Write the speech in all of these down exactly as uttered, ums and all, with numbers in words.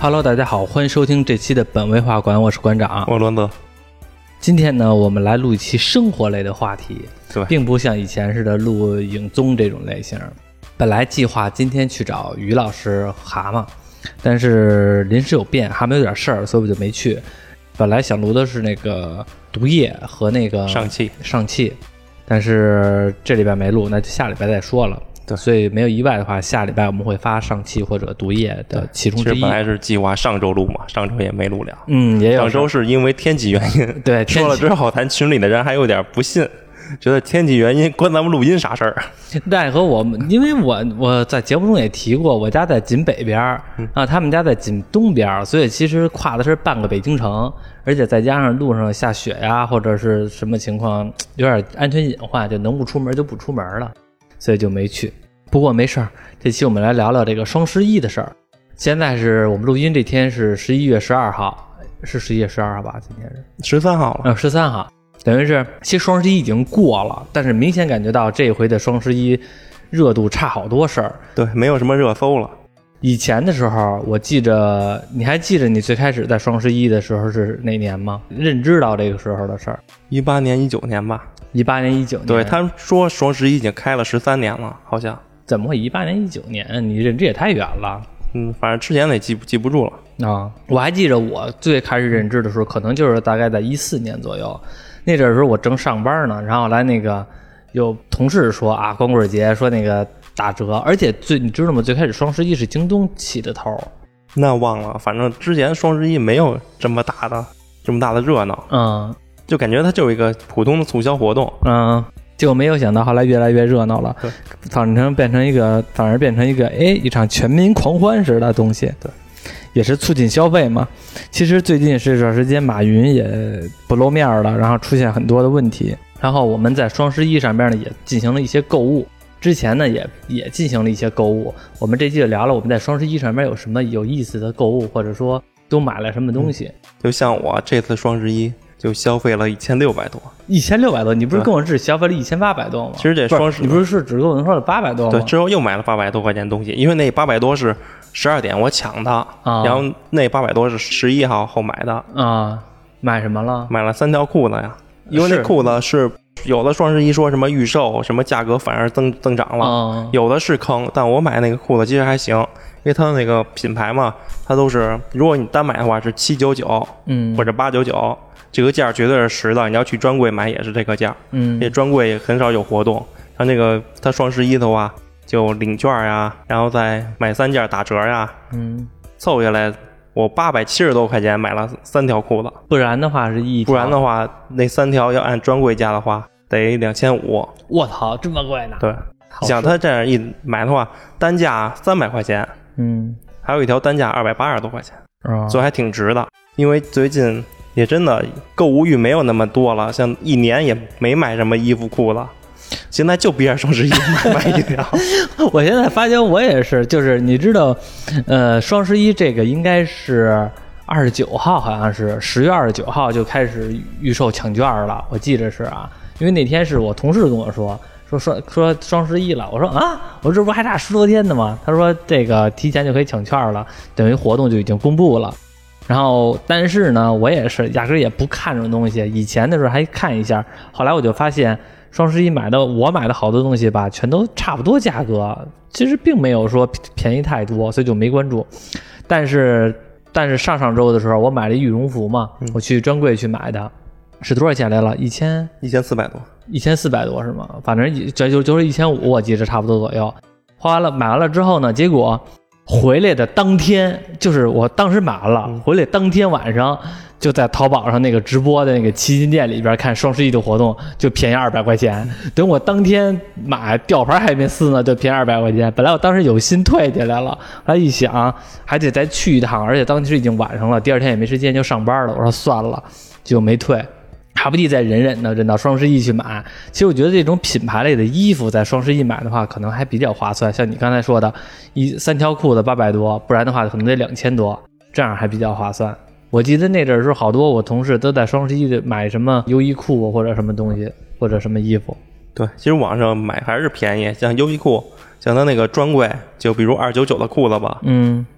Hello， 大家好，欢迎收听这期的本位画馆，我是馆长， 我是伦德。 今天呢，我们来录一期生活类的话题， 对， 并不像以前似的录影综这种类型。本来计划今天去找于老师蛤蟆，但是临时有变，蛤蟆有点事儿，所以我就没去。本来想录的是那个毒液和那个上气上气，但是这礼拜没录，那就下礼拜再说了。 对， 所以没有意外的话，下礼拜我们会发上期或者毒液的其中之一。 其实本来是计划上周录嘛，上周也没录了。 嗯，也有上周是因为天气原因。 对， 说了之后，咱群里的人还有点不信，觉得天气原因关咱们录音啥事儿？ 奈何我们，因为我我在节目中也提过，我家在锦北边儿、嗯、啊，他们家在锦东边，所以其实跨的是半个北京城，而且再加上路上下雪呀，或者是什么情况，有点安全隐患，就能不出门就不出门了，所以就没去。不过没事儿，这期我们来聊聊这个双十一的事儿。现在是我们录音这天是十一月十二号，是十一月十二号吧？今天是十三号了， 呃，十三号，等于是其实双十一已经过了，但是明显感觉到这回的双十一热度差好多事儿。 对，没有什么热搜了。 以前的时候，我记着，你还记着你最开始在双十一的时候是哪年吗？认知到这个时候的事儿？ 一八年、一九年吧。 一八年、一九年。 对，他们说双十一已经开了十三年了，好像。 怎么会一八年、一九年？你认知也太远了。 嗯，反正之前也记不记不住了啊。我还记着我最开始认知的时候，可能就是大概在一四年左右。那阵儿时候我正上班呢，然后来那个有同事说啊，光棍节说那个打折，而且最你知道吗？最开始双十一是京东起的头。 那忘了，反正之前双十一没有这么大的这么大的热闹。 嗯， 就感觉它就是一个普通的促销活动。 嗯。就没有想到后来越来越热闹了， 对， 反正变成一个，反而变成一个，哎，一场全民狂欢式的东西， 对， 也是促进消费嘛。其实最近这段时间，马云也不露面了，然后出现很多的问题。然后我们在双十一上边呢，也进行了一些购物。之前呢，也也进行了一些购物。我们这期就聊了我们在双十一上边有什么有意思的购物，或者说都买了什么东西。 嗯、就像我这次双十一。就消费了一千六百多， 一千六百多，你不是跟我只消费了一千八百多吗？ 其实这双十， 你不是只跟我说了八百多吗？ 对，之后又买了八百多块钱东西，因为那八百多是十二点我抢的， 啊、 然后那八百多是十一号后买的啊。买什么了？ 买了三条裤子呀，因为那裤子是有的双十一说什么预售，什么价格反而增增长了， 啊、 有的是坑，但我买那个裤子其实还行，因为它那个品牌嘛，它都是如果你单买的话是七九九， 嗯， 或者八九九。这个价绝对是实的，你要去专柜买也是这个价。 嗯， 这专柜很少有活动。像那个它双十一的话，就领券呀，然后再买三件打折呀。 嗯， 凑下来我八百七十多块钱买了三条裤子。 不然的话是一条， 不然的话那三条要按专柜价的话得两千五。 我操，这么贵呢？ 对，想他这样一买的话，单价三百块钱。 嗯， 还有一条单价二百八十多块钱， 哦、 所以还挺值的。因为最近。也真的购物欲没有那么多了，像一年也没买什么衣服裤子，现在就逼着双十一买买一条。 我现在发现我也是，就是你知道，呃，双十一这个应该是二十九号，好像是十月二十九号就开始预售抢券了，我记着是啊，因为那天是我同事跟我说。说说说双十一了，我说啊，我这不还差十多天呢吗？他说这个提前就可以抢券了，等于活动就已经公布了。然后，但是呢，我也是压根也不看这种东西。以前的时候还看一下，后来我就发现，双十一买的我买的好多东西吧，全都差不多价格，其实并没有说便宜太多，所以就没关注。但是，但是上上周的时候，我买了羽绒服嘛， 嗯、 我去专柜去买的，是多少钱来了？一千一千四百多， 一千四百多是吗？反正这就就是一千五，我记着差不多左右。花完了买完了之后呢，结果。回来的当天，就是我当时买了，回来当天晚上就在淘宝上那个直播的那个旗舰店里边看双十一的活动，就便宜二百块钱。等我当天买吊牌还没撕呢，就便宜二百块钱。本来我当时有心退下来了，后来一想还得再去一趟，而且当时已经晚上了，第二天也没时间就上班了。我说算了，就没退。还不地再忍忍呢，忍到双十一去买。其实我觉得这种品牌类的衣服在双十一买的话，可能还比较划算。像你刚才说的，一三条裤子八百多，不然的话可能得两千多，这样还比较划算。我记得那阵儿时候，好多我同事都在双十一买什么优衣库或者什么东西，或者什么衣服。 对，其实网上买还是便宜，像优衣库，像它那个专柜，就比如二九九的裤子吧， 嗯，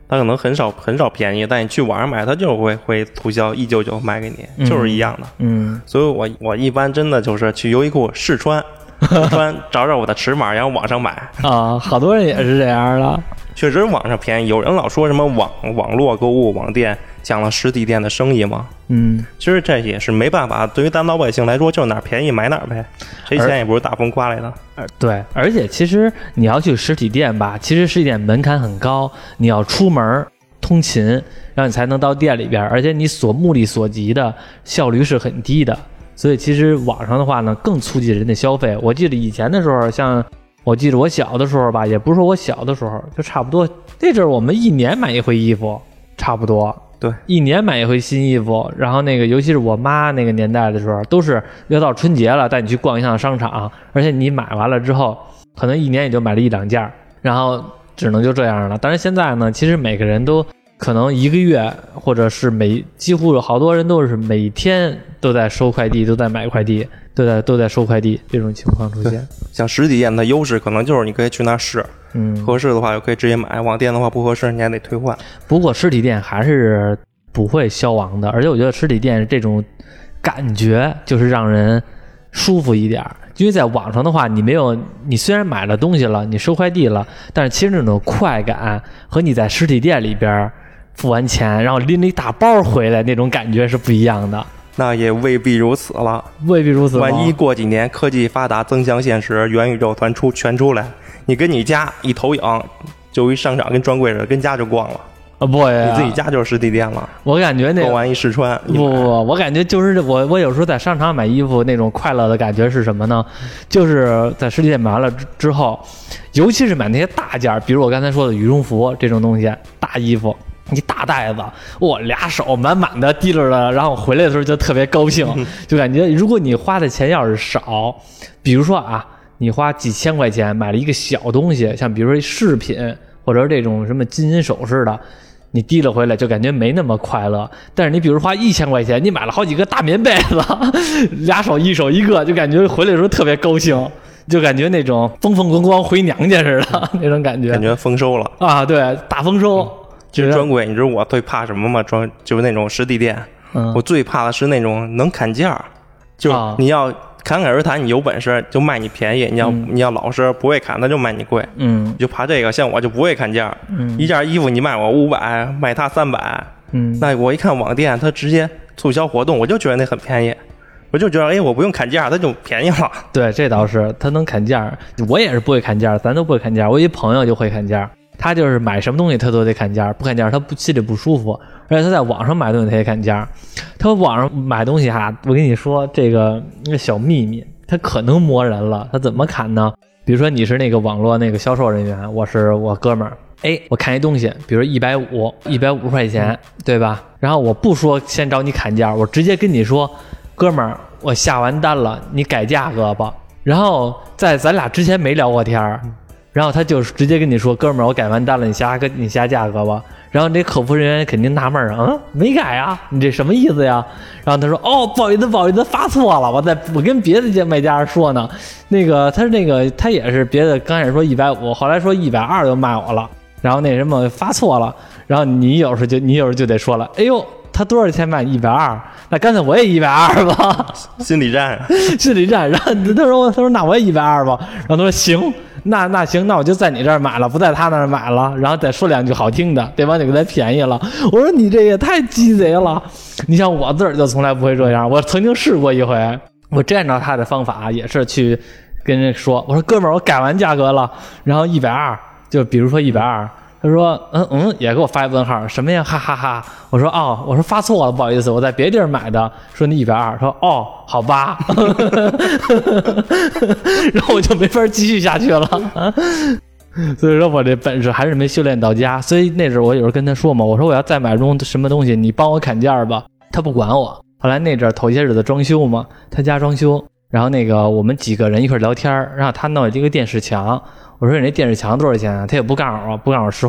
它可能很少很少便宜，但你去网上买，它就会会促销一九九卖给你， 嗯、 就是一样的。 嗯， 所以我我一般真的就是去优衣库试穿，试穿找找我的尺码，然后网上买。 啊，好多人也是这样的。 确实网上便宜，有人老说什么网网络购物网店抢了实体店的生意嘛。 嗯， 其实这也是没办法，对于咱老百姓来说，就是哪儿便宜买哪儿呗，谁钱也不是大风刮来的。 对，而且其实你要去实体店吧，其实实体店门槛很高，你要出门通勤，然后你才能到店里边，而且你所目力所及的效率是很低的。所以其实网上的话呢，更促进人的消费。我记得以前的时候，像我记得我小的时候吧，也不是说我小的时候，就差不多那阵儿我们一年买一回衣服，差不多。 对， 一年买一回新衣服，然后那个尤其是我妈那个年代的时候，都是要到春节了带你去逛一趟商场，而且你买完了之后，可能一年也就买了一两件，然后只能就这样了。但是现在呢，其实每个人都可能一个月，或者是每几乎有好多人都是每天都在收快递，都在买快递，都在都在收快递，这种情况出现。 像实体店的优势可能就是你可以去那儿试， 嗯， 合适的话就可以直接买，网店的话不合适你还得退换。 不过实体店还是不会消亡的，而且我觉得实体店这种感觉就是让人舒服一点。因为在网上的话，你没有，你虽然买了东西了，你收快递了，但是其实那种快感和你在实体店里边付完钱，然后拎了一大包回来那种感觉是不一样的。 那也未必如此了， 未必如此。 万一过几年科技发达，增强现实，元宇宙团出全出来，你跟你家一投影，就一上场跟专柜似的，跟家就逛了。 啊不， 你自己家就是实体店了。 我感觉那逛完一试穿， 不不不，我感觉就是我我有时候在商场买衣服那种快乐的感觉是什么呢？就是在实体店买完了之后，尤其是买那些大件，比如我刚才说的羽绒服这种东西，大衣服。一大袋子，我俩手满满的提着的，然后回来的时候就特别高兴，就感觉如果你花的钱要是少，比如说啊，你花几千块钱买了一个小东西，像比如说饰品或者这种什么金银首饰的，你提了回来就感觉没那么快乐。但是你比如花一千块钱，你买了好几个大棉被子，俩手一手一个，就感觉回来的时候特别高兴。就感觉那种风风光光回娘家似的那种感觉， 感觉丰收了啊！ 对，大丰收。嗯其实专柜，你知道我最怕什么吗？专就是那种实体店， 嗯、 我最怕的是那种能砍价，就你要侃侃而谈，你有本事就卖你便宜，你要、嗯、你要老实不会砍，那就卖你贵。 嗯， 就怕这个，像我就不会砍价， 嗯， 一件衣服你卖我五百，卖他三百， 嗯， 那我一看网店，他直接促销活动，我就觉得那很便宜。我就觉得，哎，我不用砍价，它就便宜了。 对，这倒是，他能砍价，我也是不会砍价，咱都不会砍价。我一朋友就会砍价。他就是买什么东西他都得砍价，不砍价他不心里不舒服，而且他在网上买东西他也砍价。他网上买东西哈，我跟你说这个那个小秘密，他可能磨人了。他怎么砍呢？比如说你是那个网络那个销售人员，我是我哥们儿，哎，我看一东西，比如一百五，一百五十块钱，对吧？然后我不说先找你砍价，我直接跟你说，哥们儿，我下完单了，你改价格吧。然后在咱俩之前没聊过天儿。然后他就直接跟你说，哥们儿，我改完单了，你下个你下价格吧。然后这客服人员肯定纳闷啊，嗯，没改啊，你这什么意思呀？然后他说，哦，不好意思，不好意思，发错了，我在我跟别的卖家说呢，那个他那个他也是别的，刚开始说一百五，后来说一百二就卖我了，然后那什么发错了，然后你有时候就你有时候就得说了，哎呦，他多少钱卖一百二？那干脆我也一百二吧， 心理战， 心理战。然后他说他说那我也一百二吧，然后他说行。那那行，那我就在你这儿买了，不在他那儿买了，然后再说两句好听的，对方就给他便宜了。我说你这也太鸡贼了！你像我自个儿就从来不会这样，我曾经试过一回，我真按照他的方法也是去跟人说，我说哥们儿，我改完价格了，然后一百二，就比如说一百二。他说嗯嗯，也给我发一问号，什么呀？哈哈哈！我说哦，我说发错了，不好意思，我在别地儿买的。说你一百二，说哦，好吧，然后我就没法继续下去了。所以说我这本事还是没修炼到家。所以那阵我有时候跟他说嘛，我说我要再买中什么东西，你帮我砍价吧。他不管我。后来那阵头些日子装修嘛，他家装修，然后那个我们几个人一块聊天，然后他弄了一个电视墙。我说你那电视墙多少钱啊？他也不告诉我，不告诉我实话。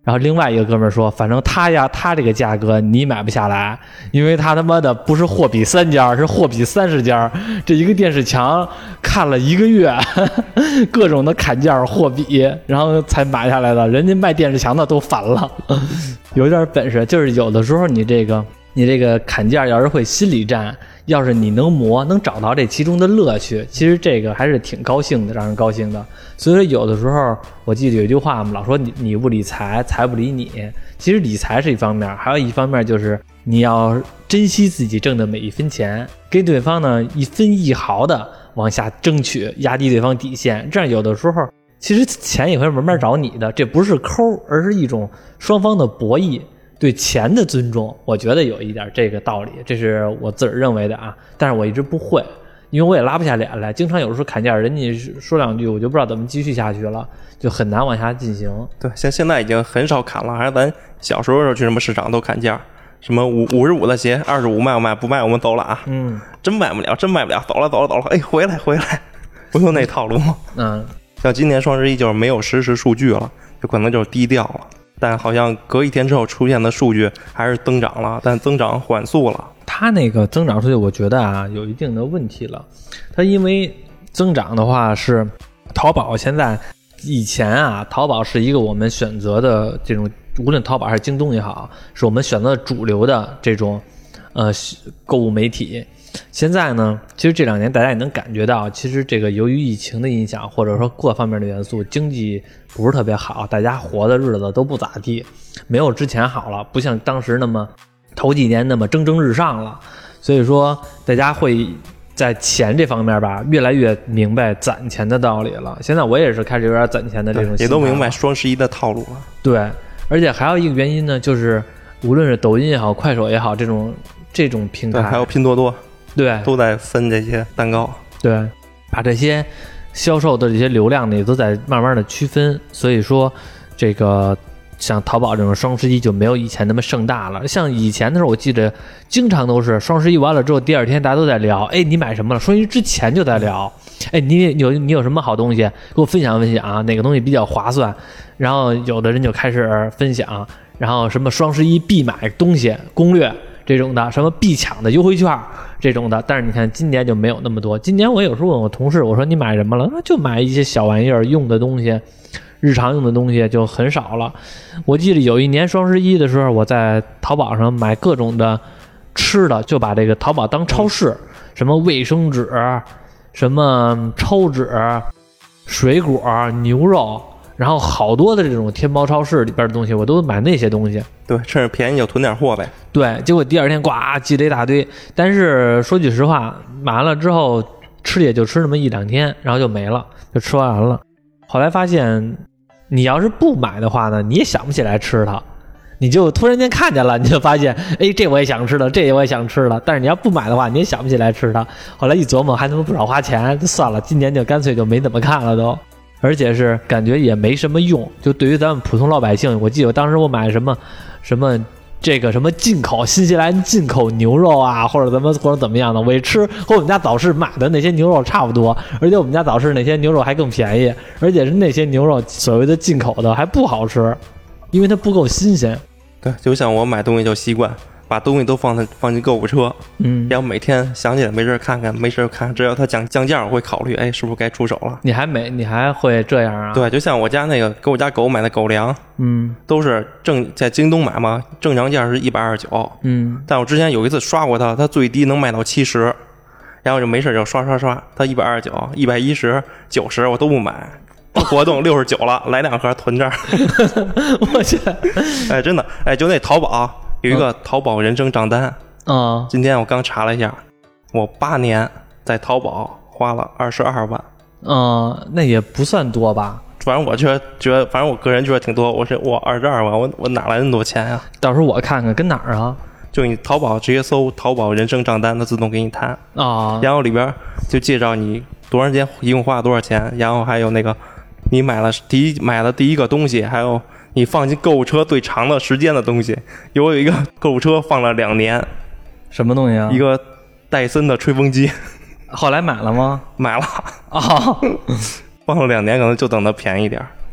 然后另外一个哥们儿说，反正他呀，他这个价格你买不下来，因为他他妈的不是货比三家，是货比三十家。这一个电视墙看了一个月，呵呵各种的砍价货比，然后才买下来的。人家卖电视墙的都烦了，有点本事。就是有的时候你这个你这个砍价要是会心理战，要是你能磨，能找到这其中的乐趣，其实这个还是挺高兴的，让人高兴的。所以说有的时候我记得有一句话嘛，老说你你不理财，财不理你。其实理财是一方面，还有一方面就是你要珍惜自己挣的每一分钱，给对方呢一分一毫的往下争取，压低对方底线。这样有的时候其实钱也会慢慢找你的，这不是抠，而是一种双方的博弈，对钱的尊重。我觉得有一点这个道理，这是我自个儿认为的啊，但是我一直不会，因为我也拉不下脸来，经常有时候砍价人家说两句我就不知道怎么继续下去了，就很难往下进行。 对，现现在已经很少砍了，还是咱小时候时候去什么市场都砍价，什么五五十五的鞋二十五卖不卖？不卖我们走了啊！嗯，真卖不了，真卖不了，走了走了走了，哎，回来回来，不就那套路吗？ 嗯， 像今年双十一就是没有实时数据了，就可能就是低调了。但好像隔一天之后出现的数据还是增长了，但增长缓速了。 它那个增长数据我觉得啊有一定的问题了。它因为增长的话是淘宝现在以前啊，淘宝是一个我们选择的这种，无论淘宝还是京东也好，是我们选择的主流的这种呃购物媒体。现在呢，其实这两年大家也能感觉到，其实这个由于疫情的影响，或者说各方面的元素，经济不是特别好，大家活的日子都不咋地，没有之前好了，不像当时那么头几年那么蒸蒸日上了。所以说大家会在钱这方面吧，越来越明白攒钱的道理了。现在我也是开始有点攒钱的这种心态， 也都明白双十一的套路了。 对，而且还有一个原因呢，就是无论是抖音也好，快手也好，这种这种平台， 对，还有拼多多， 对， 都在分这些蛋糕。 对，把这些销售的这些流量呢，也都在慢慢的区分。所以说，这个像淘宝这种双十一就没有以前那么盛大了。像以前的时候，我记得经常都是双十一完了之后，第二天大家都在聊，哎，你买什么了？双十一之前就在聊，哎，你有你有什么好东西，给我分享分享啊，哪个东西比较划算？然后有的人就开始分享，然后什么双十一必买东西攻略这种的，什么必抢的优惠券这种的。但是你看今年就没有那么多。今年我有时候问我同事，我说你买什么了？那就买一些小玩意儿用的东西，日常用的东西就很少了。我记得有一年双十一的时候，我在淘宝上买各种的吃的，就把这个淘宝当超市，嗯、什么卫生纸，什么抽纸，水果，牛肉，然后好多的这种天猫超市里边的东西，我都买那些东西。 对，趁着便宜就囤点货呗。 对，结果第二天呱积了一大堆。但是说句实话，买完了之后吃也就吃那么一两天，然后就没了，就吃完了。后来发现，你要是不买的话呢，你也想不起来吃它，你就突然间看见了，你就发现，哎，这我也想吃了，这我也想吃了。但是你要不买的话，你也想不起来吃它。后来一琢磨，还他妈不少花钱，就算了，今年就干脆就没怎么看了都。而且是感觉也没什么用，就对于咱们普通老百姓，我记得我当时我买什么什么这个什么进口新西兰进口牛肉啊，或者怎么或者怎么样的，我一吃和我们家早市买的那些牛肉差不多，而且我们家早市那些牛肉还更便宜，而且是那些牛肉所谓的进口的还不好吃，因为它不够新鲜。 对，就像我买东西就习惯把东西都放在放进购物车，嗯，然后每天想起来没事看看，没事看，只要它降降价，我会考虑，哎，是不是该出手了？ 你还没，你还会这样啊？ 对，就像我家那个给我家狗买的狗粮， 嗯， 都是正在京东买嘛，正常价是一百二十九，嗯，但我之前有一次刷过它，它最低能卖到七十，然后就没事就刷刷刷，它一百二十九、一百一十、九十我都不买。活动六十九了，来两盒囤这儿。 我去， 哎，真的，哎，就那淘宝有一个淘宝人生账单啊、 嗯， 今天我刚查了一下，我八年在淘宝花了二十二万。 嗯，那也不算多吧？ 反正我觉得觉得，反正我个人觉得挺多。我是我二十二万，我我哪来那么多钱呀、啊？ 到时候我看看跟哪儿啊？ 就你淘宝直接搜淘宝人生账单，它自动给你弹啊、 哦， 然后里边就介绍你多长时间一共花了多少钱，然后还有那个。你买了第一买了第一个东西，还有你放进购物车最长的时间的东西。有有一个购物车放了两年， 什么东西啊？ 一个戴森的吹风机。 后来买了吗？ 买了啊、哦， 放了两年，可能就等它便宜点。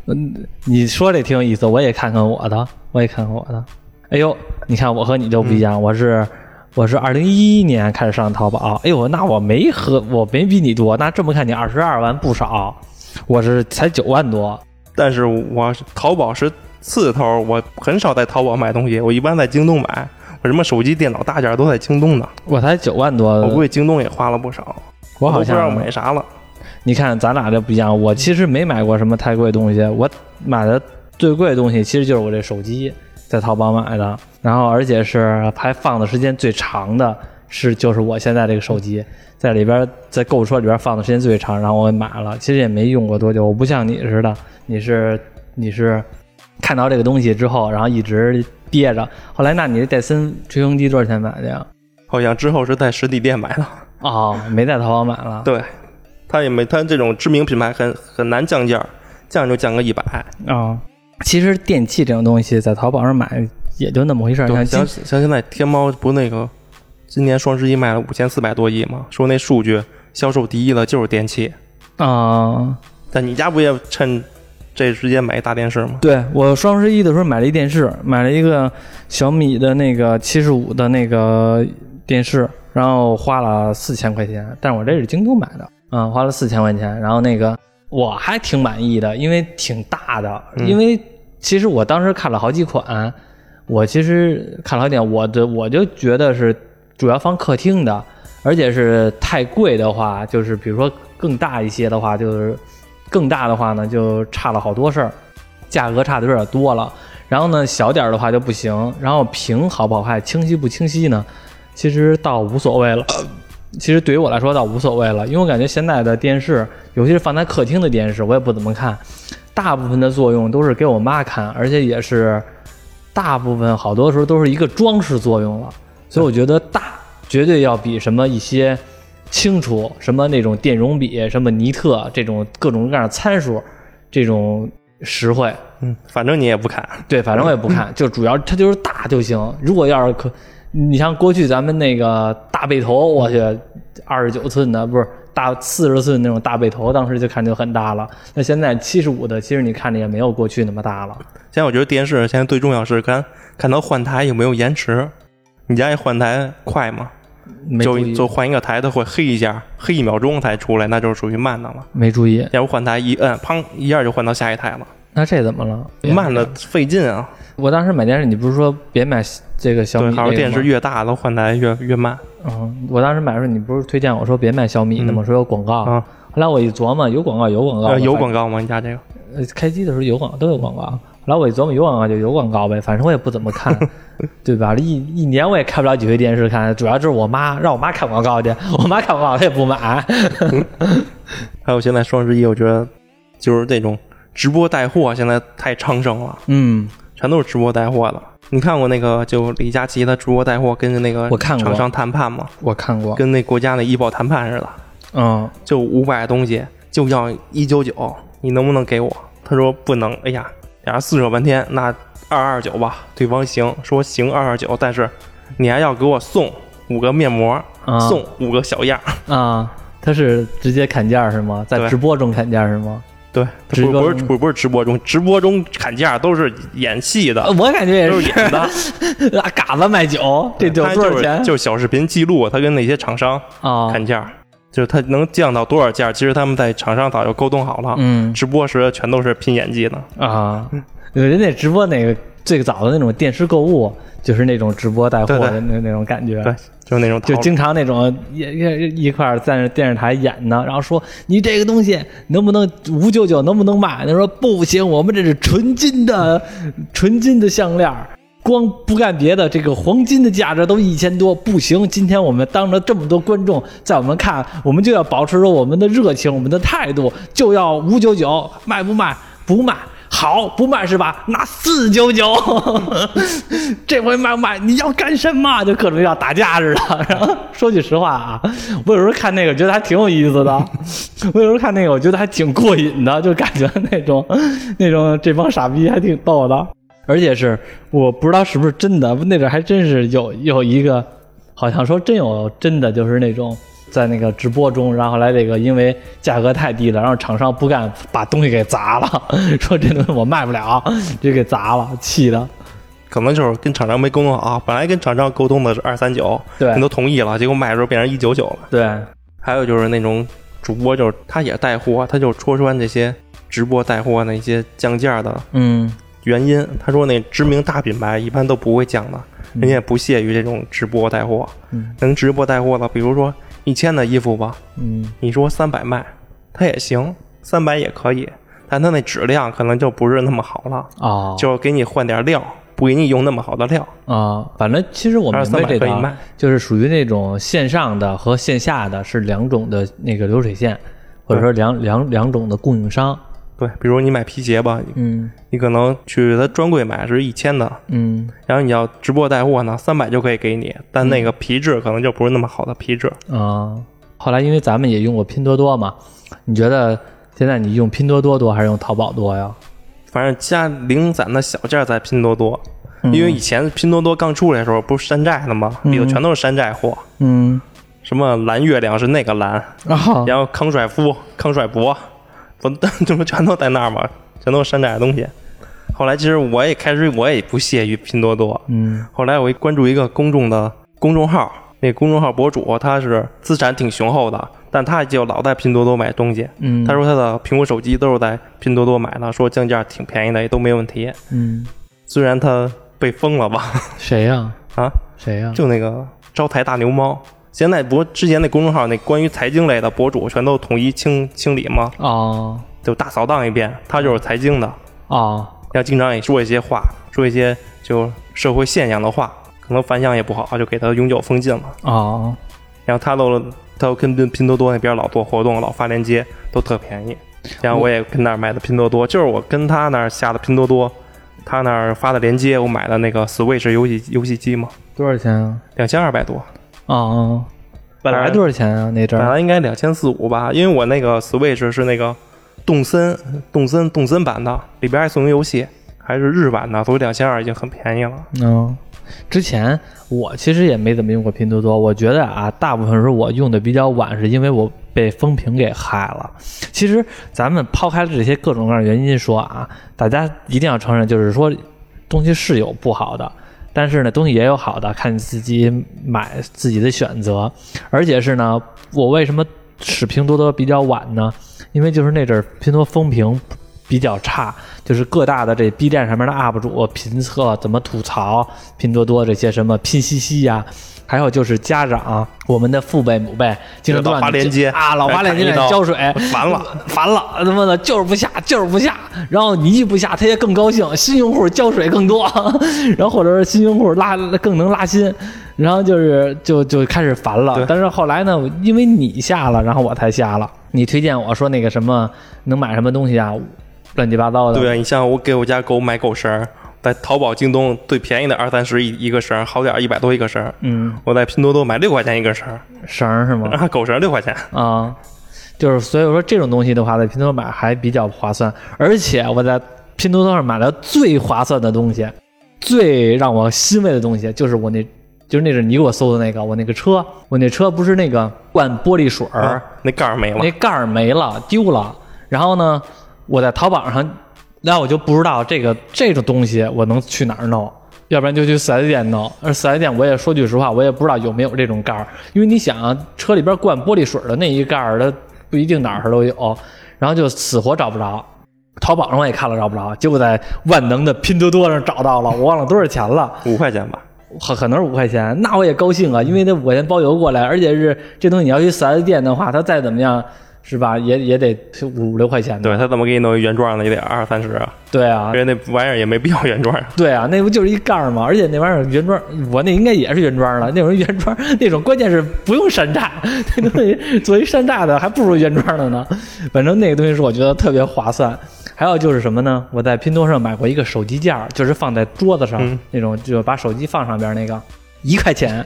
嗯，你说这挺有意思，我也看看我的，我也看看我的。哎呦，你看我和你就不一样，嗯、我是我是二零一一年开始上淘宝。哎呦，那我没和我没比你多，那这么看你二十二万不少，我是才九万多。 但是我淘宝是刺头，我很少在淘宝买东西，我一般在京东买。我什么手机、电脑大件都在京东呢。 我才九万多， 我估计京东也花了不少。 我好像不知道买啥了。 你看咱俩这不一样，我其实没买过什么太贵的东西，我买的最贵的东西其实就是我这手机，在淘宝买的，然后而且是还放的时间最长的是就是我现在这个手机，在里边在购物车里边放的时间最长，然后我买了，其实也没用过多久。我不像你似的，你是你是看到这个东西之后，然后一直憋着。后来那你的戴森吹风机多少钱买的呀？ 好像之后是在实体店买的。 哦，没在淘宝买了。 对，他也没，他这种知名品牌很很难降价，降就降个一百。 啊，其实电器这种东西在淘宝上买也就那么回事儿。像像像现在天猫不那个，今年双十一卖了五千四百多亿嘛，说那数据销售第一的就是电器。 啊， 但你家不也趁这时间买一大电视吗？ 对，我双十一的时候买了一电视，买了一个小米的那个七十五的那个电视，然后花了四千块钱，但是我这是京东买的，嗯，花了四千块钱，然后那个我还挺满意的，因为挺大的， 嗯、 因为其实我当时看了好几款，我其实看了好几点，我的我就觉得是主要放客厅的，而且是太贵的话，就是比如说更大一些的话，就是更大的话呢，就差了好多事儿，价格差的有点多了。然后呢，小点的话就不行。然后屏好不好看，清晰不清晰呢，其实倒无所谓了。其实对于我来说倒无所谓了，因为我感觉现在的电视，尤其是放在客厅的电视，我也不怎么看，大部分的作用都是给我妈看，而且也是大部分好多时候都是一个装饰作用了。所以我觉得大绝对要比什么一些清楚什么那种电容比什么尼特这种各种各样的参数这种实惠。 嗯，反正你也不看。 对，反正我也不看，就主要它就是大就行。如果要是可你像过去咱们那个大背头，我去二十九寸的不是大四十寸那种大背头，当时就看就很大了。那现在七十五的其实你看着也没有过去那么大了。 现在我觉得电视现在最重要是看看到换台有没有延迟。你家一换台快吗？就就换一个台，它会黑一下，黑一秒钟才出来，那就是属于慢的了。 没注意， 要不换台一摁，砰一下就换到下一台了。 那这怎么了？ 慢的费劲啊！ 我当时买电视，你不是说别买这个小米？ 对，还有电视越大的换台越越慢。 嗯，我当时买的时候，你不是推荐我说别买小米的吗？嗯、说有广告。 啊、 后来我一琢磨，有广告有广告、 呃。有广告吗？你家这个？ 呃，开机的时候有广告，都有广告。后来我一琢磨，有广告就有广告呗，反正我也不怎么看，对吧？一一年我也开不了几回电视看，主要就是我妈让我妈看广告去，我妈看广告她也不买。 还有现在双十一，我觉得就是这种直播带货现在太昌盛了， 嗯， 全都是直播带货的。你看过那个就李佳琦的直播带货跟那个厂商谈判吗？ 我看过， 跟那国家那医保谈判似的。 嗯， 就五百东西就要一九九，你能不能给我？他说不能。哎呀，俩人撕扯半天，那二二九吧。对方行，说行二二九，但是你还要给我送五个面膜， 啊、 送五个小样啊。他是直接砍价是吗？在直播中砍价是吗？ 对，不不是不不是直播中，直播中砍价都是演戏的。 我感觉也是演的。 拿嘎子卖酒，这酒多少钱？ 就是小视频记录他跟那些厂商砍价。哦，就是他能降到多少价，其实他们在厂商早就沟通好了。 嗯， 直播时全都是拼演技的啊。人家直播那个最早的那种电视购物，就是那种直播带货的那对对那种感觉。 对，就是那种就经常那种一一块在那电视台演呢，然后说你这个东西能不能五九九能不能卖？他说不行，我们这是纯金的纯金的项链。光不干别的，这个黄金的价值都一千多，不行！今天我们当着这么多观众，在我们看，我们就要保持着我们的热情，我们的态度，就要五九九，卖不卖？不卖，好，不卖是吧？拿四九九，这回卖不卖？你要干什么？就各种要打架似的。然后说句实话啊，我有时候看那个觉得还挺有意思的，我有时候看那个我觉得还挺过瘾的，就感觉那种那种这帮傻逼还挺逗的。而且是我不知道是不是真的，那阵还真是有有一个，好像说真有真的就是那种在那个直播中，然后来这个因为价格太低了，然后厂商不干把东西给砸了，说这东西我卖不了，就给砸了，气的。 可能就是跟厂商没沟通好，本来跟厂商沟通的是二三九， 对， 人都同意了，结果卖的时候变成一九九了。 对， 还有就是那种主播，就是他也带货，他就戳穿这些直播带货那些降价的嗯原因。他说那知名大品牌一般都不会降的，人家也不屑于这种直播带货。嗯，能直播带货的，比如说一千的衣服吧，嗯，你说三百卖，他也行，三百也可以，但他那质量可能就不是那么好了啊、哦，就给你换点料。不给你用那么好的料啊，反正其实我明白这个，就是属于那种线上的和线下的是两种的那个流水线，或者说两两两种的供应商。 对，比如你买皮鞋吧，嗯，你可能去他专柜买是一千的，嗯，然后你要直播带货呢，三百就可以给你，但那个皮质可能就不是那么好的皮质啊、嗯。后来因为咱们也用过拼多多嘛，你觉得现在你用拼多多多还是用淘宝多呀？ 反正加零散的小件在拼多多、嗯，因为以前拼多多刚出来的时候不是山寨的吗？里头全都是山寨货，嗯，什么蓝月亮是那个蓝，啊、然后康帅夫、康帅博，不，这不全都在那儿吗？全都是山寨的东西。后来其实我也开始我也不屑于拼多多，嗯，后来我关注一个公众的公众号，那公众号博主他是资产挺雄厚的。但他就老在拼多多买东西，嗯，他说他的苹果手机都是在拼多多买的，说降价挺便宜的，也都没问题，嗯，虽然他被封了吧？ 谁呀、 啊？啊， 谁呀、啊？ 就那个招财大牛猫，现在不之前那公众号那关于财经类的博主全都统一清清理吗？ 哦， 就大扫荡一遍，他就是财经的哦， 要经常也说一些话，说一些就社会现象的话，可能反响也不好，就给他永久封禁了。 哦， 然后他都。他跟拼多多那边老做活动，老发链接，都特便宜。然后我也跟那儿买的拼多多，就是我跟他那儿下的拼多多，他那儿发的链接，我买的那个 Switch 游戏游戏机嘛。 多少钱啊？ 两千二百多。 啊、哦，本来多少钱啊？那阵儿本来应该两千四五吧，因为我那个 Switch 是那个动森动森动森版的，里边还送游戏，还是日版的，所以两千二已经很便宜了。 嗯。之前我其实也没怎么用过拼多多，我觉得啊，大部分时候我用的比较晚，是因为我被封屏给害了。其实咱们抛开了这些各种各样的原因说啊，大家一定要承认，就是说东西是有不好的，但是呢，东西也有好的，看你自己买自己的选择。而且是呢，我为什么使拼多多比较晚呢？因为就是那阵拼多多封屏比较差，就是各大的这 B 站上面的 U P 主评测怎么吐槽拼多多这些什么拼夕夕呀，还有就是家长我们的父辈母辈经常老发链接啊，老发链接浇水， 烦了烦了，他妈的就是不下就是不下，然后你一不下他也更高兴，新用户浇水更多，然后或者是新用户拉更能拉新，然后就是就就开始烦了。但是后来呢，因为你下了，然后我才下了。你推荐我说那个什么能买什么东西啊？乱七八糟的。 对啊，你像我给我家狗买狗绳，在淘宝、京东最便宜的二三十一一个绳，好点一百多一个绳。嗯，我在拼多多买六块钱一个绳， 绳是吗？ 啊，狗绳六块钱啊，就是所以我说这种东西的话，在拼多多买还比较划算。而且我在拼多多上买的最划算的东西，最让我欣慰的东西，就是我那，就是那是你给我搜的那个，我那个车，我那车不是那个灌玻璃水儿、啊， 那盖儿没了， 那盖儿没了，丢了。然后呢？我在淘宝上，那我就不知道这个这种东西我能去哪儿弄，要不然就去四 S 店弄。而四 S 店我也说句实话，我也不知道有没有这种盖儿，因为你想啊，车里边灌玻璃水的那一盖儿，它不一定哪儿都有，然后就死活找不着。淘宝上我也看了找不着，结果在万能的拼多多上找到了，我忘了多少钱了， 五块钱吧。 可能是五块钱，那我也高兴啊，因为那五块钱包邮过来，而且是这东西你要去四 S 店的话，它再怎么样。是吧？也也得五六块钱的。 对，他怎么给你弄原装的也得二三十啊。 对啊， 因为那玩意儿也没必要原装。 对啊，那不就是一盖吗？而且那玩意儿原装，我那应该也是原装了。那种原装那种，关键是不用山寨，那东西作为山寨的还不如原装的呢。反正那个东西是我觉得特别划算。还有就是什么呢？我在拼多多上买过一个手机架，就是放在桌子上、嗯、那种，就把手机放上边那个，一块钱。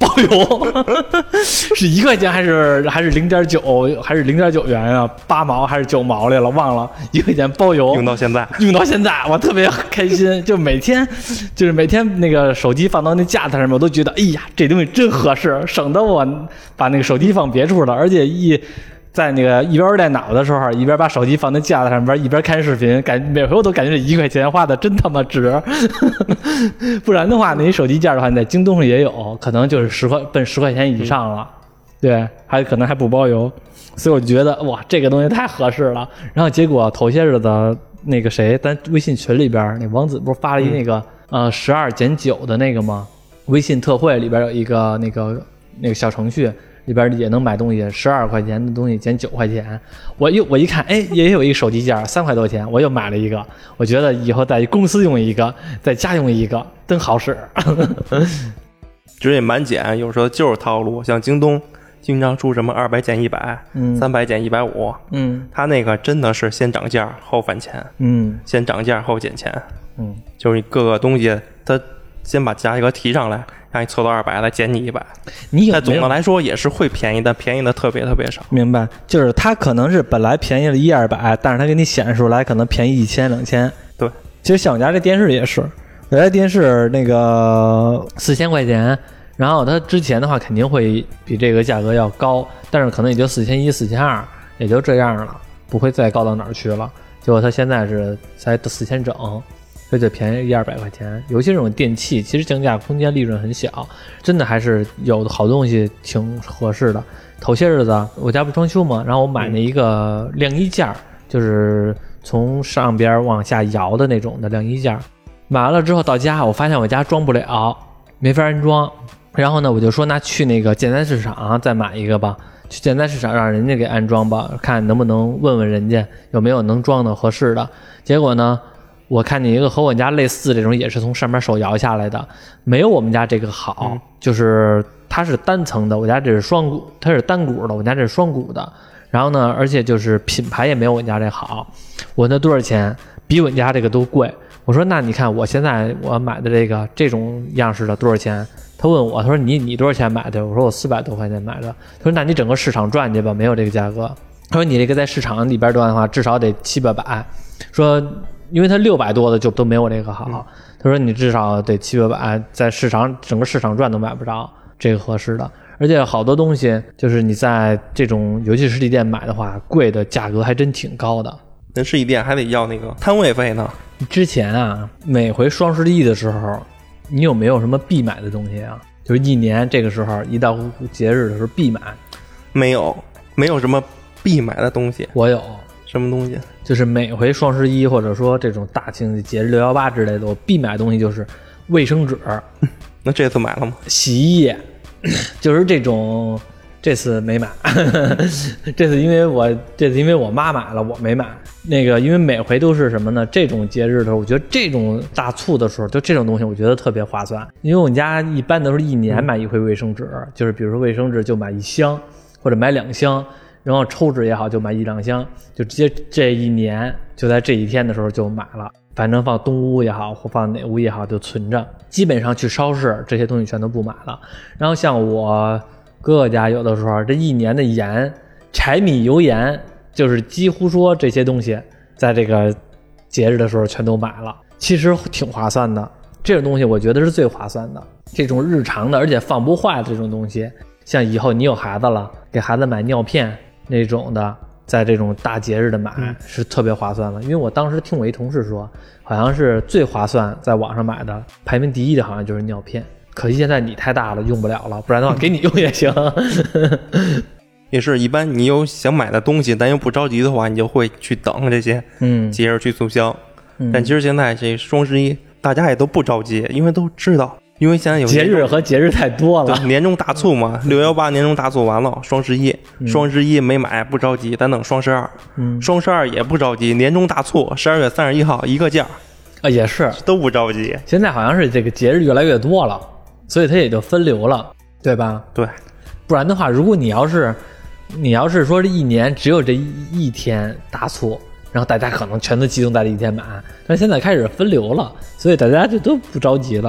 包邮，是一块钱还是还是零点九还是零点九元啊？八毛还是九毛来了，忘了，一块钱包邮， 用到现在， 用到现在，我特别开心，就每天就是每天那个手机放到那架子上面，我都觉得哎呀，这东西真合适，省得我把那个手机放别处了，而且一。在那个一边玩电脑的时候，一边把手机放在架子上边，一边看视频，感每回我都感觉这一块钱花的真他妈值。不然的话，那手机架的话，你在京东上也有，可能就是十块奔十块钱以上了，对，还可能还不包邮。所以我就觉得哇，这个东西太合适了。然后结果头些日子那个谁，咱微信群里边那王子不是发了一那个、嗯、呃十二减九的那个吗？微信特惠里边有一个那个那个小程序。里边也能买东西，十二块钱的东西减九块钱。我又我一看，哎，也有一个手机架，三块多钱，我又买了一个。我觉得以后在公司用一个，在家用一个，真好使。 直接满减，有时候就是套路。像京东经常出什么二百减一百，嗯，三百减一百五，嗯，他那个真的是先涨价后返钱，嗯，先涨价后减钱，嗯，就是你各个东西他先把价格提上来。让你凑到二百，再减你一百。 你有没有？ 但总的来说也是会便宜，但便宜的特别特别少。 明白，就是它可能是本来便宜了一二百，但是它给你显示出来可能便宜一千两千。 对， 其实像我家这电视也是，我家电视那个四千块钱，然后它之前的话肯定会比这个价格要高，但是可能也就四千一、四千二，也就这样了，不会再高到哪儿去了。结果它现在是才四千整。这就便宜一二百块钱，尤其这种电器，其实降价空间利润很小，真的还是有的好东西挺合适的。头些日子我家不装修嘛，然后我买了一个晾衣架，就是从上边往下摇的那种的晾衣架。买完了之后到家，我发现我家装不了，没法安装。然后呢，我就说那去那个建材市场再买一个吧，去建材市场让人家给安装吧，看能不能问问人家有没有能装的合适的。结果呢？我看见一个和我家类似这种也是从上面手摇下来的，没有我们家这个好，嗯、就是它是单层的，我家这是双股，它是单股的，我家这是双股的。然后呢，而且就是品牌也没有我家这好。我那多少钱？比我家这个都贵。我说那你看我现在我买的这个这种样式的多少钱？他问我，他说你你多少钱买的？我说我四百多块钱买的。他说那你整个市场转去吧，没有这个价格。他说你这个在市场里边转的话，至少得七八百。说。因为它六百多的就都没我这个好，嗯、他说你至少得七八百，在市场整个市场转都买不着这个合适的，而且好多东西就是你在这种尤其实体店买的话，贵的价格还真挺高的。 那实体店还得要那个摊位费呢。 之前啊，每回双十一的时候，你有没有什么必买的东西啊？就是一年这个时候一到节日的时候必买。 没有，没有什么必买的东西。 我有。 什么东西？ 就是每回双十一或者说这种大庆节日六一八之类的，我必买的东西就是卫生纸。 那这次买了吗？ 洗衣液，就是这种，这次没买。这次因为我这次因为我妈买了，我没买。那个因为每回都是什么呢？这种节日的时候，我觉得这种大促的时候，就这种东西我觉得特别划算。因为我们家一般都是一年买一回卫生纸，嗯、就是比如说卫生纸就买一箱或者买两箱。然后抽纸也好，就买一两箱，就直接这一年就在这一天的时候就买了。反正放东屋也好，或放哪屋也好，就存着。基本上去超市这些东西全都不买了。然后像我哥哥家有的时候，这一年的盐、柴米油盐，就是几乎说这些东西，在这个节日的时候全都买了。其实挺划算的，这种东西我觉得是最划算的。这种日常的，而且放不坏的这种东西，像以后你有孩子了，给孩子买尿片。那种的，在这种大节日的买、嗯、是特别划算的，因为我当时听我一同事说，好像是最划算，在网上买的排名第一的，好像就是尿片。可惜现在你太大了，用不了了，不然的话给你用也行。 也是一般你有想买的东西，但又不着急的话，你就会去等这些节日去促销。嗯、但其实现在这双十一，大家也都不着急，因为都知道。因为现在有节日和节日太多了， 年终大促嘛，六幺八年终大促完了，双十一，嗯、双十一没买不着急，咱等双十二，嗯、双十二也不着急，年终大促，十二月三十一号一个价， 啊也是都不着急。 现在好像是这个节日越来越多了，所以它也就分流了，对吧？ 对， 不然的话，如果你要是你要是说这一年只有这一天大促，然后大家可能全都集中在这一天买，但现在开始分流了，所以大家就都不着急了。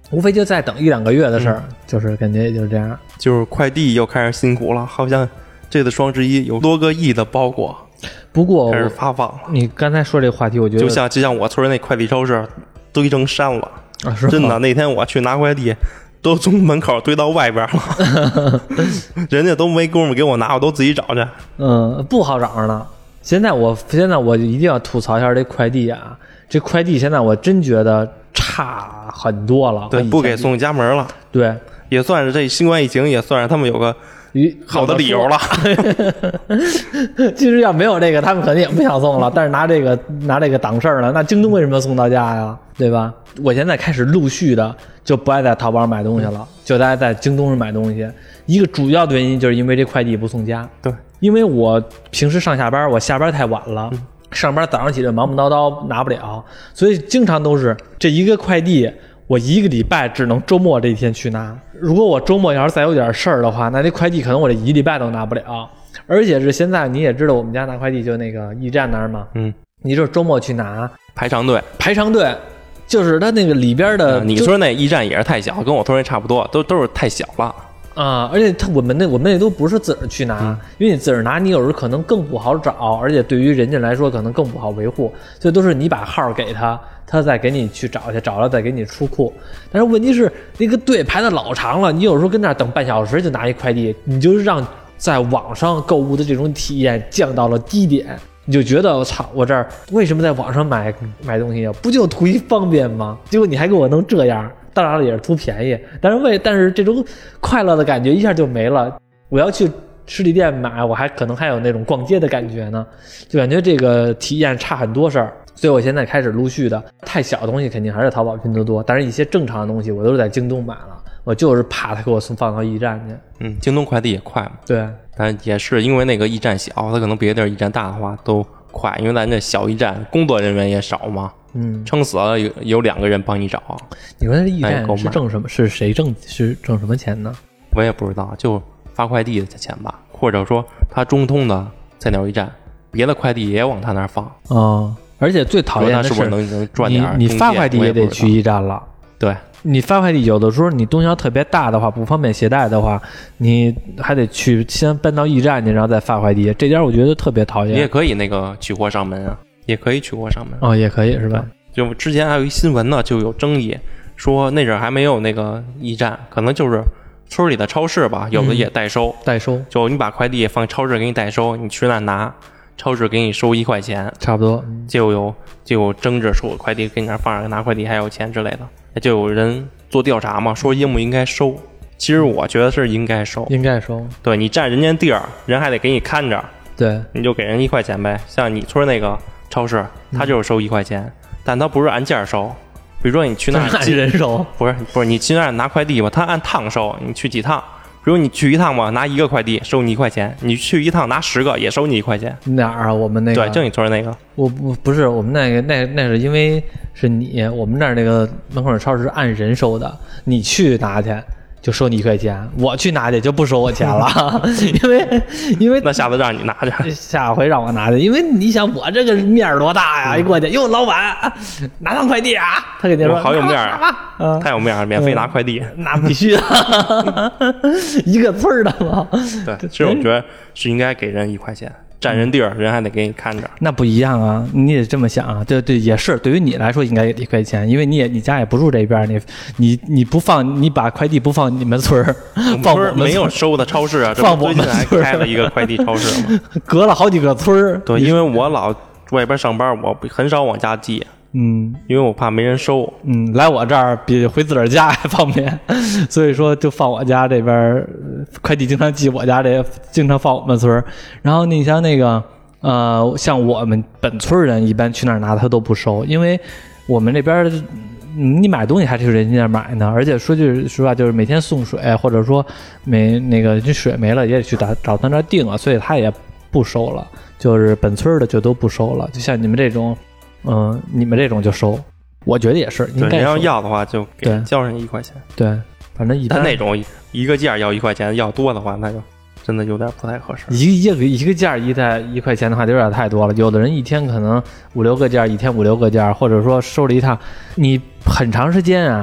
无非就再等一两个月的事儿、嗯，就是感觉也就是这样。 就是快递又开始辛苦了，好像这次双十一有多个亿的包裹， 不过开始发放了。 你刚才说这个话题，我觉得就像就像我村那快递超市堆成山了啊！是真的，那天我去拿快递，都从门口堆到外边了，人家都没工夫给我拿，我都自己找去。 嗯，不好找着呢。现在我现在我一定要吐槽一下这快递啊！这快递现在我真觉得差很多了。 对，不给送家门了。 对， 也算是这新冠疫情，也算是他们有个好的理由了。 其实要没有这个，他们肯定也不想送了。但是拿这个拿这个挡事儿了，那京东为什么送到家呀？对吧？我现在开始陆续的就不爱在淘宝上买东西了，就爱在京东上买东西。一个主要的原因就是因为这快递不送家。 对， 因为我平时上下班，我下班太晚了。嗯，上班早上起来忙不叨叨拿不了，所以经常都是这一个快递我一个礼拜只能周末这一天去拿。如果我周末要是再有点事儿的话，那这快递可能我这一礼拜都拿不了。而且是现在你也知道我们家拿快递就那个驿站那儿嘛， 嗯， 你就是周末去拿排长队排长队，就是它那个里边的、 嗯、你说那驿站也是太小，跟我同学差不多，都都是太小了啊、嗯！而且他我们那我们那都不是自个儿去拿、嗯，因为你自个儿拿，你有时候可能更不好找，而且对于人家来说可能更不好维护，所以都是你把号给他，他再给你去找去，找了再给你出库。但是问题是那个队排的老长了，你有时候跟那儿等半小时就拿一快递，你就让在网上购物的这种体验降到了低点。你就觉得我操，我这儿为什么在网上买买东西啊？不就图一方便吗？结果你还给我弄这样，当然了也是图便宜，但是为但是这种快乐的感觉一下就没了。我要去实体店买，我还可能还有那种逛街的感觉呢，就感觉这个体验差很多事儿。所以我现在开始陆续的，太小的东西肯定还是淘宝拼多多，但是一些正常的东西我都是在京东买了，我就是怕他给我送放到驿站去。 嗯，京东快递也快嘛。 对。 但也是因为那个驿站小，它可能别的地儿驿站大的话都快，因为咱这小驿站工作人员也少嘛， 嗯， 撑死了有有两个人帮你找。 你说这驿站是挣什么？是谁挣？是挣什么钱呢？ 我也不知道，就发快递的钱吧，或者说他中通的菜鸟驿站，别的快递也往他那儿放。 哦，而且最讨厌的是不是能能赚点？ 你你发快递也得去驿站了， 对。 你发快递有的时候你东西要特别大的话，不方便携带的话，你还得去先搬到驿站去，然后再发快递，这点我觉得特别讨厌。 你也可以那个取货上门啊，也可以取货上门。 哦，也可以是吧？ 就之前还有一新闻呢，就有争议，说那阵还没有那个驿站，可能就是村里的超市吧，有的也代收， 代收就你把快递放超市给你代收，你去那拿，超市给你收一块钱， 差不多， 就有就有争执，说我快递给你那放着拿快递还有钱之类的。就有人做调查嘛，说应不应该收。其实我觉得是应该收， 应该收。对， 你占人家地儿，人还得给你看着， 对， 你就给人一块钱呗。像你村那个超市，他就是收一块钱、嗯，但他不是按件收。比如说你去那儿按人收， 不是不是，你去那儿拿快递吧，他按趟收，你去几趟。比如你去一趟吧，拿一个快递收你一块钱，你去一趟拿十个也收你一块钱。 哪儿啊？我们那个对，就你村那个。 我不不是我们那个那那是因为是你，我们那儿那个门口的超市按人收的，你去拿去就收你一块钱，我去拿去就不收我钱了，因为因为那下次让你拿去， 下回让我拿去，因为你想我这个面儿多大呀，一过去哟老板拿趟快递啊，他给你说好有面儿啊，太有面儿，免费拿快递， 那必须的，一个村儿的嘛。 对，其实我觉得是应该给人一块钱。占人地儿，人还得给你看着， 那不一样啊！你得这么想啊，对对，也是对于你来说应该一块钱，因为你也你家也不住这边，你你你不放，你把快递不放你们村儿，放我们没有收的超市啊， 放我们还开了一个快递超市嘛， 隔了好几个村儿。 对，因为我老外边上班，我很少往家寄。 嗯， 因为我怕没人收。 嗯，来我这儿比回自个儿家还方便，所以说就放我家这边，快递经常寄我家这，经常放我们村。然后你像那个呃，像我们本村人一般去那儿拿他都不收，因为我们这边你买东西还是去人家那儿买呢，而且说句实话，就是每天送水，或者说没那个这水没了也得去打找他那儿订啊，所以他也不收了，就是本村的就都不收了，就像你们这种。嗯，你们这种就收，我觉得也是应该收。 人要要的话就给交上一块钱。 对，反正一般那种一个件要一块钱，要多的话那就真的有点不太合适。 一个一个件一袋一块钱的话，就有点太多了。有的人一天可能五六个件，一天五六个件，或者说收了一趟，你很长时间啊，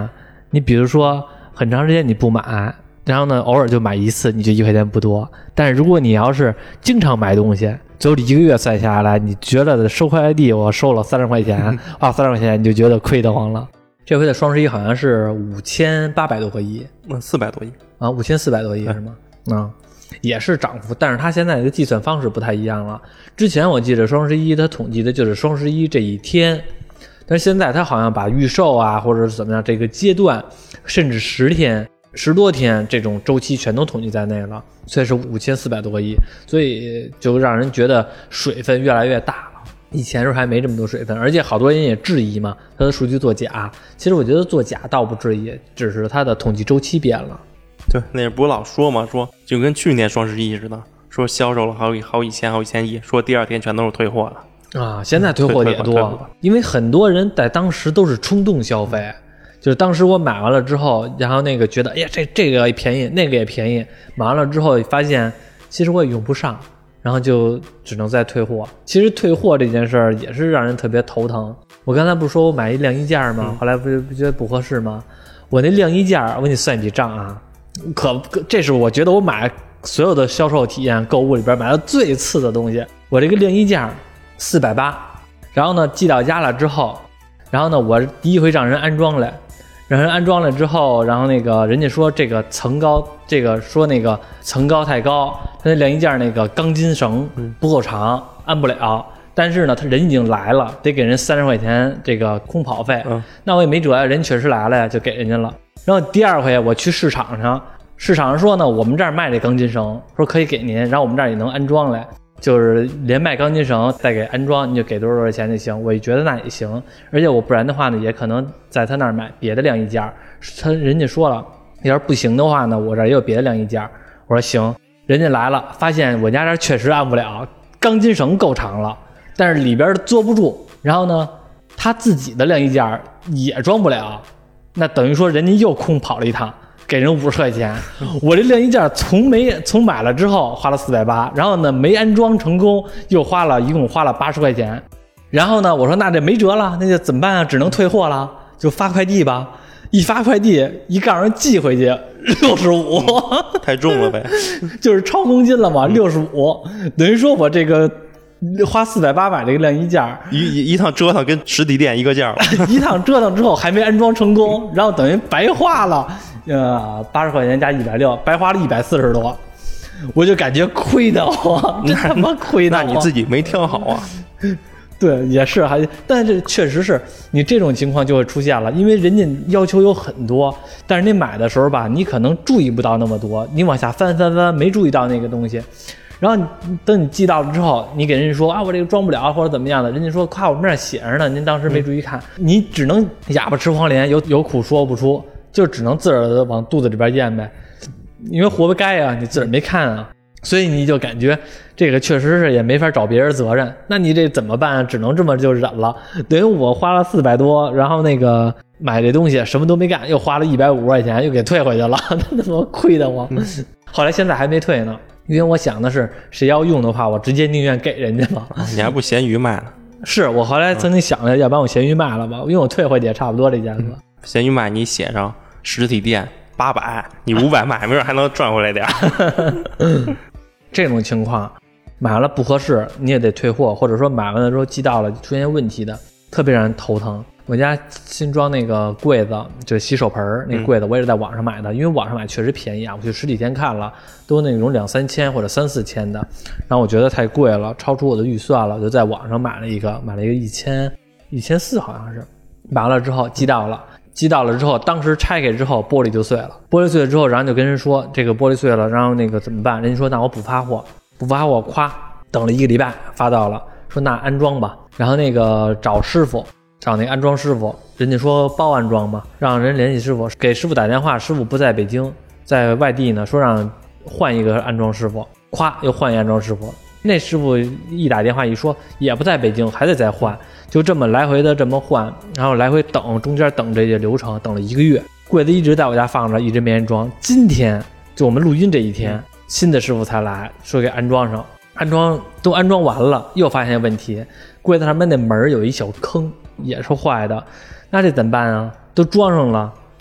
你比如说很长时间你不买，然后呢偶尔就买一次，你就一块钱不多。但是如果你要是经常买东西，最后一个月算下来，你觉得收快递我收了三十块钱啊，三十块钱你就觉得亏得慌了。这回的双十一好像是五千八百多个亿， 嗯，四百多亿啊，五千四百多亿是吗？啊，也是涨幅，但是它现在的计算方式不太一样了。之前我记得双十一它统计的就是双十一这一天，但是现在它好像把预售啊或者是怎么样这个阶段，甚至十天、十多天这种周期全都统计在内了，所以是五千四百多个亿，所以就让人觉得水分越来越大了。以前时候还没这么多水分，而且好多人也质疑嘛，它的数据作假。其实我觉得作假倒不质疑，只是它的统计周期变了。 对，那不老说嘛，说就跟去年双十一似的，说销售了好几好几千好几千亿，说第二天全都是退货了啊！现在退货也多，因为很多人在当时都是冲动消费，就是当时我买完了之后，然后那个觉得，哎呀，这这个也便宜，那个也便宜，买完了之后发现其实我也用不上。然后就只能再退货。其实退货这件事儿也是让人特别头疼。我刚才不是说我买一晾衣架吗？后来不不觉得不合适吗？我那晾衣架，我给你算一笔账啊，可这是我觉得我买所有的销售体验购物里边买的最次的东西。我这个晾衣架四百八，然后呢寄到家了之后，然后呢我第一回让人安装来。让人安装了之后，然后那个人家说这个层高，这个说那个层高太高，他那晾衣架那个钢筋绳不够长，安不了。但是呢，他人已经来了，得给人三十块钱这个空跑费。嗯，那我也没辙呀，人确实来了呀，就给人家了。然后第二回我去市场上，市场上说呢，我们这儿卖这钢筋绳，说可以给您，然后我们这儿也能安装来。就是连卖钢筋绳再给安装，你就给多少多少钱就行。我也觉得那也行，而且我不然的话呢，也可能在他那儿买别的晾衣架。他人家说了，要是不行的话呢，我这儿也有别的晾衣架。我说行，人家来了，发现我家这儿确实安不了，钢筋绳够长了，但是里边坐不住。然后呢，他自己的晾衣架也装不了，那等于说人家又空跑了一趟。给人五十块钱，我这晾衣架从没从买了之后花了四百八，然后呢没安装成功，又花了一共花了八十块钱。然后呢，我说那这没辙了，那就怎么办啊？只能退货了，就发快递吧。一发快递，一告诉人寄回去六十五， 太重了呗， 就是超公斤了嘛，六十五，等于说我这个。花四百八买这个晾衣架， 一一一趟折腾跟实体店一个价了。 一趟折腾之后还没安装成功，然后等于白花了，呃，八十块钱加一百六，白花了一百四十多，我就感觉亏得慌，这他妈亏得慌。 那你自己没挑好啊？ 对，也是还，但是确实是你这种情况就会出现了，因为人家要求有很多，但是你买的时候吧，你可能注意不到那么多，你往下翻翻翻，没注意到那个东西。然后等你寄到了之后，你给人家说啊，我这个装不了或者怎么样的，人家说夸我们这儿写着呢，您当时没注意看，嗯、你只能哑巴吃黄连，有有苦说不出，就只能自个儿往肚子里边咽呗，因为活不该啊，你自个儿没看啊，所以你就感觉这个确实是也没法找别人责任，那你这怎么办啊？只能这么就忍了，等于我花了四百多，然后那个买这东西什么都没干，又花了一百五十块钱，又给退回去了，那他妈亏得慌。嗯、后来现在还没退呢。因为我想的是，谁要用的话，我直接宁愿给人家嘛。 你还不闲鱼卖了？ 是我后来曾经想着，要不然我闲鱼卖了吧，因为我退回去也差不多这价格。 闲鱼卖你写上实体店八百，你五百卖，没准还能赚回来点。 这种情况，买了不合适，你也得退货，或者说买完了之后寄到了出现问题的，特别让人头疼。我家新装那个柜子，就是洗手盆那柜子，我也是在网上买的，因为网上买确实便宜啊。我去实体店看了，都那种两三千或者三四千的，然后我觉得太贵了，超出我的预算了，就在网上买了一个，买了一个一千一千四好像是，买了之后寄到了，寄到了之后，当时拆开之后玻璃就碎了，玻璃碎了之后，然后就跟人说这个玻璃碎了，然后那个怎么办？人家说那我补发货，补发货，咵，等了一个礼拜发到了，说那安装吧，然后那个找师傅。找那个安装师傅，人家说包安装嘛，让人联系师傅，给师傅打电话，师傅不在北京，在外地呢，说让换一个安装师傅，咵又换一安装师傅，那师傅一打电话一说也不在北京，还得再换，就这么来回的这么换，然后来回等，中间等这些流程等了一个月，柜子一直在我家放着，一直没人装。今天就我们录音这一天，新的师傅才来说给安装上，安装都安装完了，又发现问题，柜子上面那门有一小坑。也是坏的，那这怎么办啊？都装上了，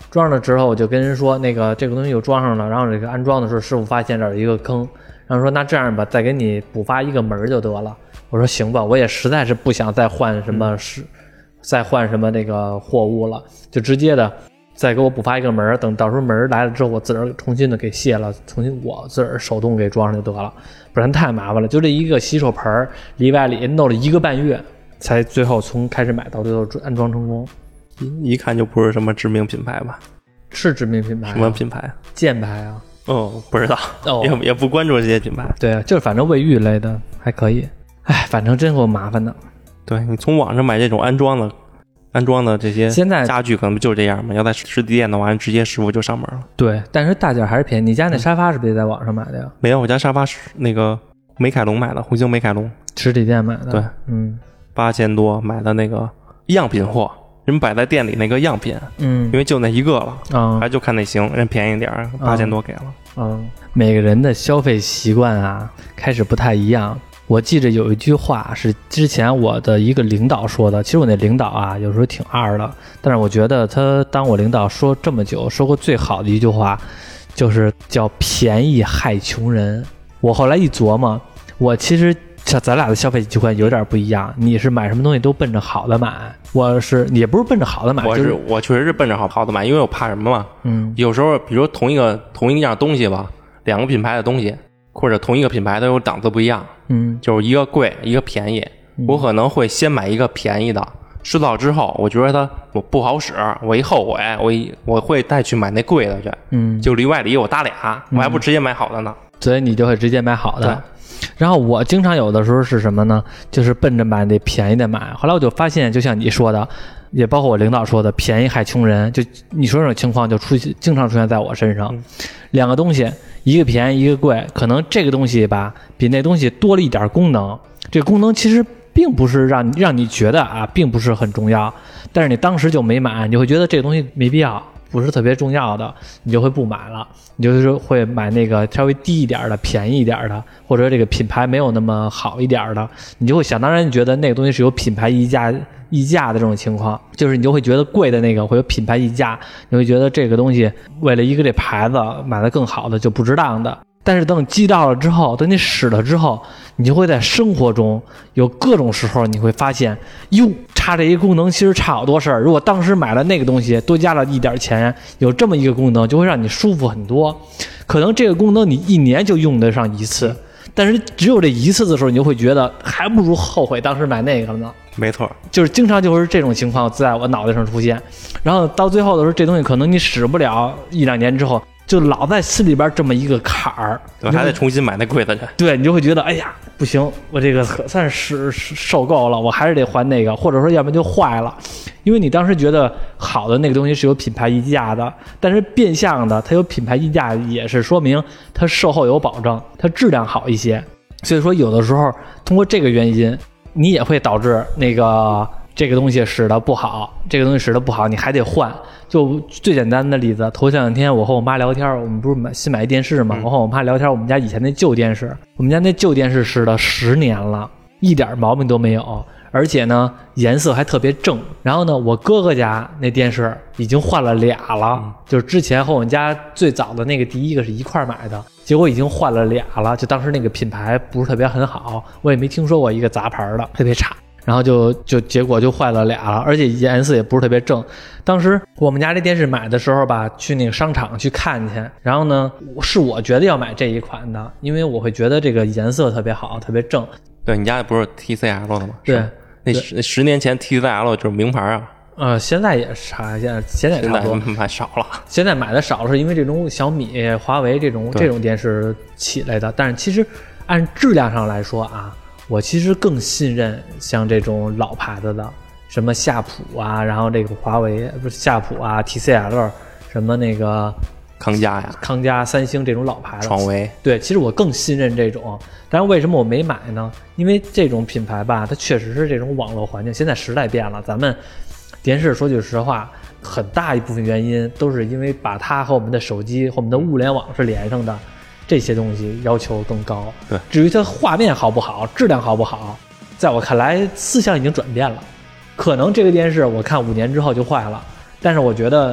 装上了之后我就跟人说那个这个东西又装上了，然后这个安装的时候师傅发现这儿有一个坑，然后说那这样吧，再给你补发一个门就得了。我说行吧，我也实在是不想再换什么是、嗯、再换什么那个货物了，就直接的再给我补发一个门，等到时候门来了之后我自个儿重新的给卸了，重新我自个儿手动给装上就得了，不然太麻烦了。就这一个洗手盆里外里弄了一个半月才最后从开始买到最后安装成功。 一看就不是什么知名品牌吧？ 是知名品牌、啊、 什么品牌？ 箭牌啊。 哦，不知道， 哦、 也也不关注这些品牌。 对，就是反正卫浴类的还可以。哎，反正真够麻烦的。 对，你从网上买这种安装的安装的这些现在家具可能就是这样嘛，要在实体店的话直接师傅就上门了。 对，但是大件还是便宜。你家那沙发是不是也在网上买的呀？ 嗯、没有，我家沙发是那个美凯龙买的，红星美凯龙实体店买的。 对， 嗯， 八千多买的那个样品货，人摆在店里那个样品， 嗯， 因为就那一个了， 嗯， 还就看那行，人便宜点，八千多给了。 嗯，每个人的消费习惯啊，开始不太一样。我记着有一句话是之前我的一个领导说的，其实我那领导啊有时候挺二的，但是我觉得他当我领导说这么久说过最好的一句话就是叫便宜害穷人。我后来一琢磨，我其实像咱俩的消费习惯有点不一样，你是买什么东西都奔着好的买，我是也不是奔着好的买， 我是、 就是、 我确实是奔着好好的买，因为我怕什么嘛， 嗯， 有时候比如同一个同一样东西吧，两个品牌的东西或者同一个品牌都有档次不一样， 嗯， 就是一个贵一个便宜、嗯、我可能会先买一个便宜的，试到之后我觉得它我不好使，我一后悔我一我会再去买那贵的去， 嗯， 就里外里我搭俩、嗯、我还不直接买好的呢， 所以你就会直接买好的。然后我经常有的时候是什么呢，就是奔着买那便宜的买，后来我就发现就像你说的也包括我领导说的便宜害穷人，就你说这种情况就出经常出现在我身上、嗯、两个东西一个便宜一个贵，可能这个东西吧比那东西多了一点功能，这个功能其实并不是让让你觉得啊并不是很重要，但是你当时就没买，你会觉得这个东西没必要不是特别重要的，你就会不买了，你就是会买那个稍微低一点的便宜一点的，或者这个品牌没有那么好一点的，你就会想当然觉得那个东西是有品牌溢价溢价的这种情况，就是你就会觉得贵的那个会有品牌溢价，你会觉得这个东西为了一个这牌子买的更好的就不值当的。但是等积到了之后，等你使了之后，你就会在生活中有各种时候你会发现，哟，差这一功能其实差好多事儿。如果当时买了那个东西，多加了一点钱，有这么一个功能，就会让你舒服很多。可能这个功能你一年就用得上一次，但是只有这一次的时候，你就会觉得还不如后悔当时买那个了呢。 没错， 就是经常就是这种情况在我脑袋上出现，然后到最后的时候，这东西可能你使不了一两年之后。就老在心里边这么一个坎儿， 对，还得重新买那贵的去。 对，你就会觉得，哎呀，不行，我这个可算是受够了，我还是得还那个，或者说要不然就坏了，因为你当时觉得好的那个东西是有品牌溢价的，但是变相的它有品牌溢价，也是说明它售后有保证，它质量好一些。所以说，有的时候通过这个原因，你也会导致那个这个东西使得不好，这个东西使得不好，你还得换。就最简单的例子，头两天我和我妈聊天，我们不是买新买一电视嘛，我和我妈聊天，我们家以前那旧电视，我们家那旧电视使了十年了，一点毛病都没有，而且呢颜色还特别正。然后呢，我哥哥家那电视已经换了俩了，就是之前和我们家最早的那个第一个是一块买的，结果已经换了俩了，就当时那个品牌不是特别很好，我也没听说过一个杂牌的，特别差。然后就就结果就坏了俩了，而且颜色也不是特别正。当时我们家这电视买的时候吧，去那个商场去看去，然后呢是我觉得要买这一款的，因为我会觉得这个颜色特别好，特别正。 对，你家不是 T C L 的吗？ 对， 那十十年前 T C L 就是名牌啊。 呃，现在也是差，现在现在也差不多， 现在买少了。 现在买的少是因为这种小米、华为这种这种电视起来的，但是其实按质量上来说啊。我其实更信任像这种老牌子的，什么夏普啊，然后这个华为不是夏普啊 ，T C L， 什么那个康佳呀、 康佳、三星这种老牌子。 创维。对， 其实我更信任这种，但是为什么我没买呢？因为这种品牌吧，它确实是这种网络环境，现在时代变了，咱们电视说句实话，很大一部分原因都是因为把它和我们的手机和我们的物联网是连上的。这些东西要求更高， 对。 至于它画面好不好，质量好不好，在我看来，思想已经转变了。可能这个电视我看五年之后就坏了，但是我觉得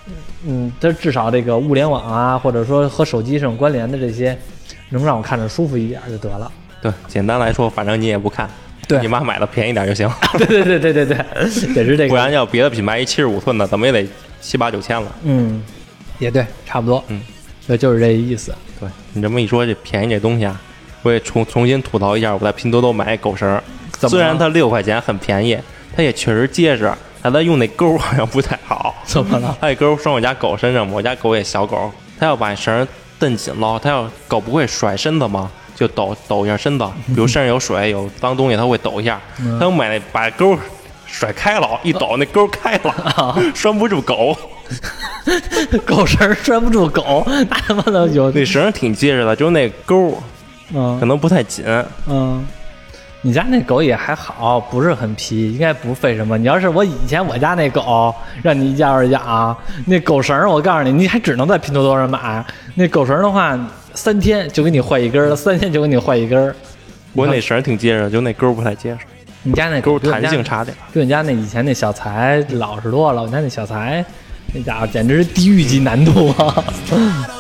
嗯，这至少这个物联网啊，或者说和手机上关联的这些，能让我看着舒服一点就得了。 对，简单来说，反正你也不看， 对， 你妈买的便宜点就行。 对对对对对对，也是这个。 不然要别的品牌一七十五寸的，怎么也得七八九千了。 嗯，也对，差不多。 嗯， 对，就是这意思。 对你这么一说，这便宜这东西啊，我也重重新吐槽一下，我在拼多多买狗绳，虽然它六块钱很便宜，它也确实结实，但它用那钩好像不太好。 怎么了？ 它那钩拴我家狗身上，我家狗也小狗，它要把绳蹬紧了，它要狗不会甩身子吗？就抖抖一下身子，比如身上有水有脏东西，它会抖一下。 嗯、 它买那把钩甩开了，一抖那钩开了，拴不住狗。 狗绳拴不住狗，那他妈的有那绳挺结实的，就是那钩， 嗯， 可能不太紧。 嗯，你家那狗也还好，不是很皮，应该不费什么。你要是我以前我家那狗，让你家二养，那狗绳我告诉你，你还只能在拼多多上买。那狗绳的话，三天就给你换一根了，三天就给你换一根。 我那绳挺结实，就那钩不太结实。 你家那钩弹性差点， 比你家那以前那小财老实多了。我家那小财，那家伙简直是地狱级难度啊！